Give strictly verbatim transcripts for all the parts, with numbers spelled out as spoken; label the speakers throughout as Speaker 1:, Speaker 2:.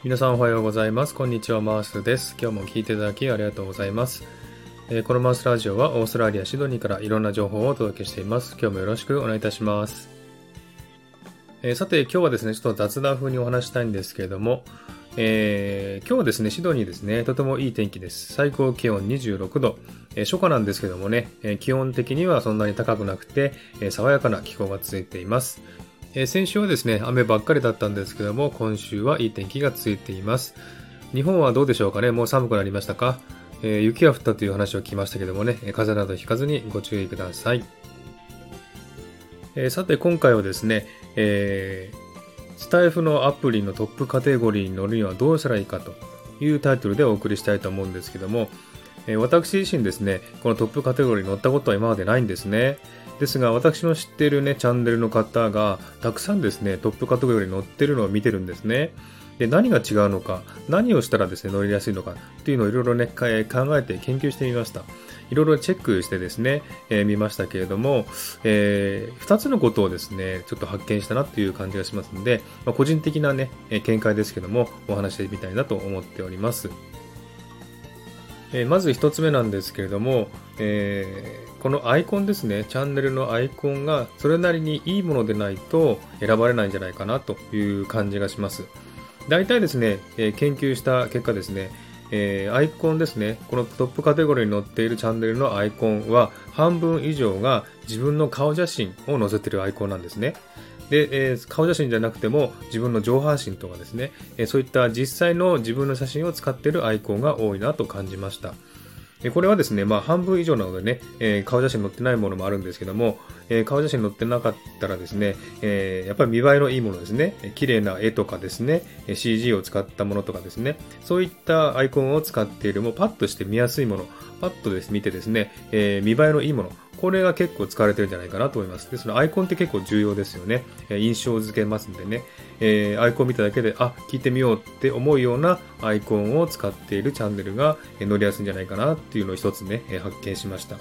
Speaker 1: 皆さんおはようございます。こんにちは、マースです。今日も聞いていただきありがとうございます。えー、このマースラジオはオーストラリア・シドニーからいろんな情報をお届けしています。今日もよろしくお願いいたします。えー、さて今日はですね、ちょっと雑談風にお話したいんですけれども、えー、今日はですね、シドニーですね、とてもいい天気です。最高気温にじゅうろくど、えー、初夏なんですけどもね、えー、気温的にはそんなに高くなくて、えー、爽やかな気候が続いています。えー、先週はですね、雨ばっかりだったんですけども、今週はいい天気が続いています。日本はどうでしょうかね。もう寒くなりましたか。えー、雪が降ったという話を聞きましたけどもね、風邪などひかずにご注意ください。えー、さて今回はですね、えー、スタイフのアプリのトップカテゴリーに乗るにはどうしたらいいかというタイトルでお送りしたいと思うんですけども、えー、私自身ですね、このトップカテゴリーに乗ったことは今までないんですね。ですが私の知っているねチャンネルの方がたくさんですねトップカテゴリーに乗ってるのを見てるんですね。で何が違うのか、何をしたらですね乗りやすいのかっていうのをいろいろね考えて研究してみました。いろいろチェックしてですね、えー、見ましたけれども、えー、ふたつのことをですねちょっと発見したなっていう感じがしますので、まあ、個人的なね見解ですけどもお話してみたいなと思っております。えー、まず一つ目なんですけれども、えー、このアイコンですね、チャンネルのアイコンがそれなりにいいものでないと選ばれないんじゃないかなという感じがします。大体ですね、えー、研究した結果ですね、えー、アイコンですね、このトップカテゴリーに載っているチャンネルのアイコンは半分以上が自分の顔写真を載せているアイコンなんですね。で、えー、顔写真じゃなくても自分の上半身とかですね、えー、そういった実際の自分の写真を使っているアイコンが多いなと感じました。これはですね、まあ半分以上なのでね、えー、顔写真載ってないものもあるんですけども、えー、顔写真載ってなかったらですね、えー、やっぱり見栄えのいいものですね、綺麗な絵とかですね、シージー を使ったものとかですね、そういったアイコンを使っている、もうパッとして見やすいもの、パッとです見てですね、えー、見栄えのいいもの、これが結構使われてるんじゃないかなと思います。で、そのアイコンって結構重要ですよね。印象付けますんでね、えー、アイコン見ただけで、あ、聞いてみようって思うようなアイコンを使っているチャンネルが乗りやすいんじゃないかなっていうのを一つね、発見しました。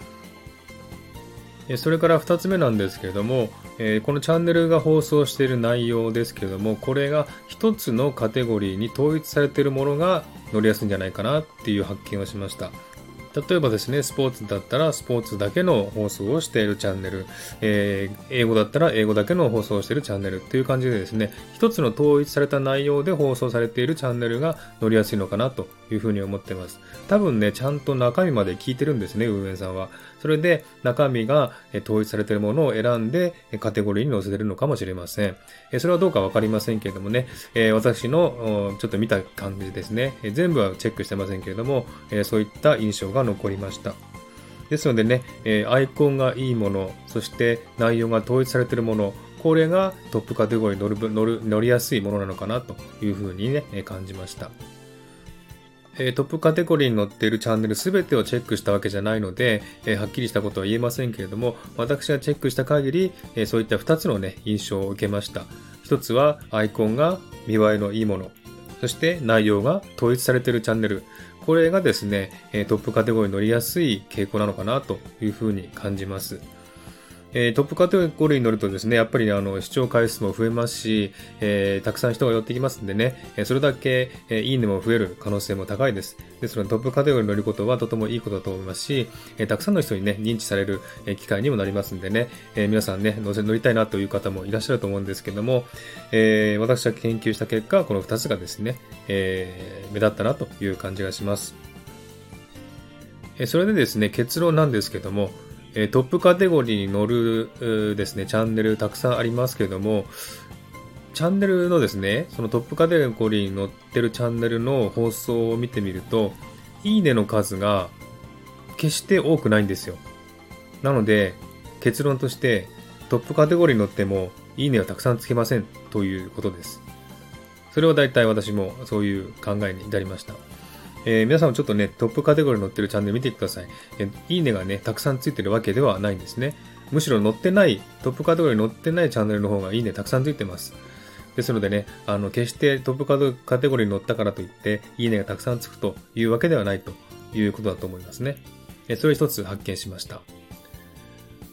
Speaker 1: それから二つ目なんですけれども、このチャンネルが放送している内容ですけれども、これが一つのカテゴリーに統一されているものが乗りやすいんじゃないかなっていう発見をしました。例えばですね、スポーツだったらスポーツだけの放送をしているチャンネル、えー、英語だったら英語だけの放送をしているチャンネルっていう感じでですね、一つの統一された内容で放送されているチャンネルが乗りやすいのかなというふうに思っています。多分ね、ちゃんと中身まで聞いてるんですね、運営さんは。それで中身が統一されているものを選んでカテゴリーに載せてるのかもしれません。それはどうかわかりませんけれどもね、私のちょっと見た感じですね、全部はチェックしてませんけれども、そういった印象が残りました。ですのでね、アイコンがいいもの、そして内容が統一されているもの、これがトップカテゴリーに乗る、乗る、乗りやすいものなのかなというふうにね、感じました。トップカテゴリーに載っているチャンネルすべてをチェックしたわけじゃないので、はっきりしたことは言えませんけれども、私がチェックした限り、そういったふたつのね、印象を受けました。ひとつはアイコンが見栄えのいいもの、そして内容が統一されているチャンネル、これがですね、トップカテゴリーに乗りやすい傾向なのかなというふうに感じます。えー、トップカテゴリーに乗るとですね、やっぱり、ね、あの視聴回数も増えますし、えー、たくさん人が寄ってきますんでね、それだけ、えー、いいねも増える可能性も高いです。ですのでトップカテゴリーに乗ることはとてもいいことだと思いますし、えー、たくさんの人にね認知される、えー、機会にもなりますんでね、えー、皆さんね乗せ乗りたいなという方もいらっしゃると思うんですけども、えー、私が研究した結果このふたつがですね、えー、目立ったなという感じがします。えー、それでですね、結論なんですけども、トップカテゴリーに乗るですね、チャンネルたくさんありますけれども、チャンネルのですね、そのトップカテゴリーに載ってるチャンネルの放送を見てみると、いいねの数が決して多くないんですよ。なので、結論としてトップカテゴリーに載ってもいいねはたくさんつけませんということです。それは大体私もそういう考えに至りました。えー、皆さんもちょっとね、トップカテゴリーに載ってるチャンネル見てください。えー、いいねがね、たくさんついてるわけではないんですね。むしろ載ってない、トップカテゴリーに載ってないチャンネルの方がいいねたくさんついてます。ですのでね、あの、決してトップカテゴリーに載ったからといって、いいねがたくさんつくというわけではないということだと思いますね。えー、それ一つ発見しました。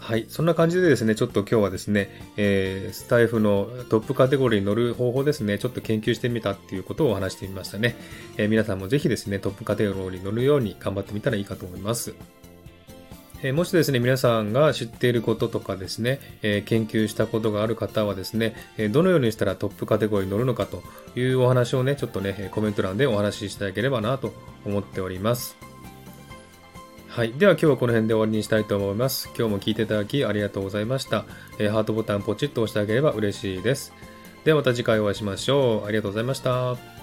Speaker 1: はい。そんな感じでですね、ちょっと今日はですね、えースタイフのトップカテゴリーに乗る方法ですね、ちょっと研究してみたっていうことをお話してみましたね。えー皆さんもぜひですね、トップカテゴリーに乗るように頑張ってみたらいいかと思います。えーもしですね、皆さんが知っていることとかですね、えー研究したことがある方はですね、えーどのようにしたらトップカテゴリーに乗るのかというお話をね、ちょっとね、えーコメント欄でお話ししていただければなと思っております。はい。では今日はこの辺で終わりにしたいと思います。今日も聞いていただきありがとうございました。えーハートボタンポチッと押してあげれば嬉しいです。ではまた次回お会いしましょう。ありがとうございました。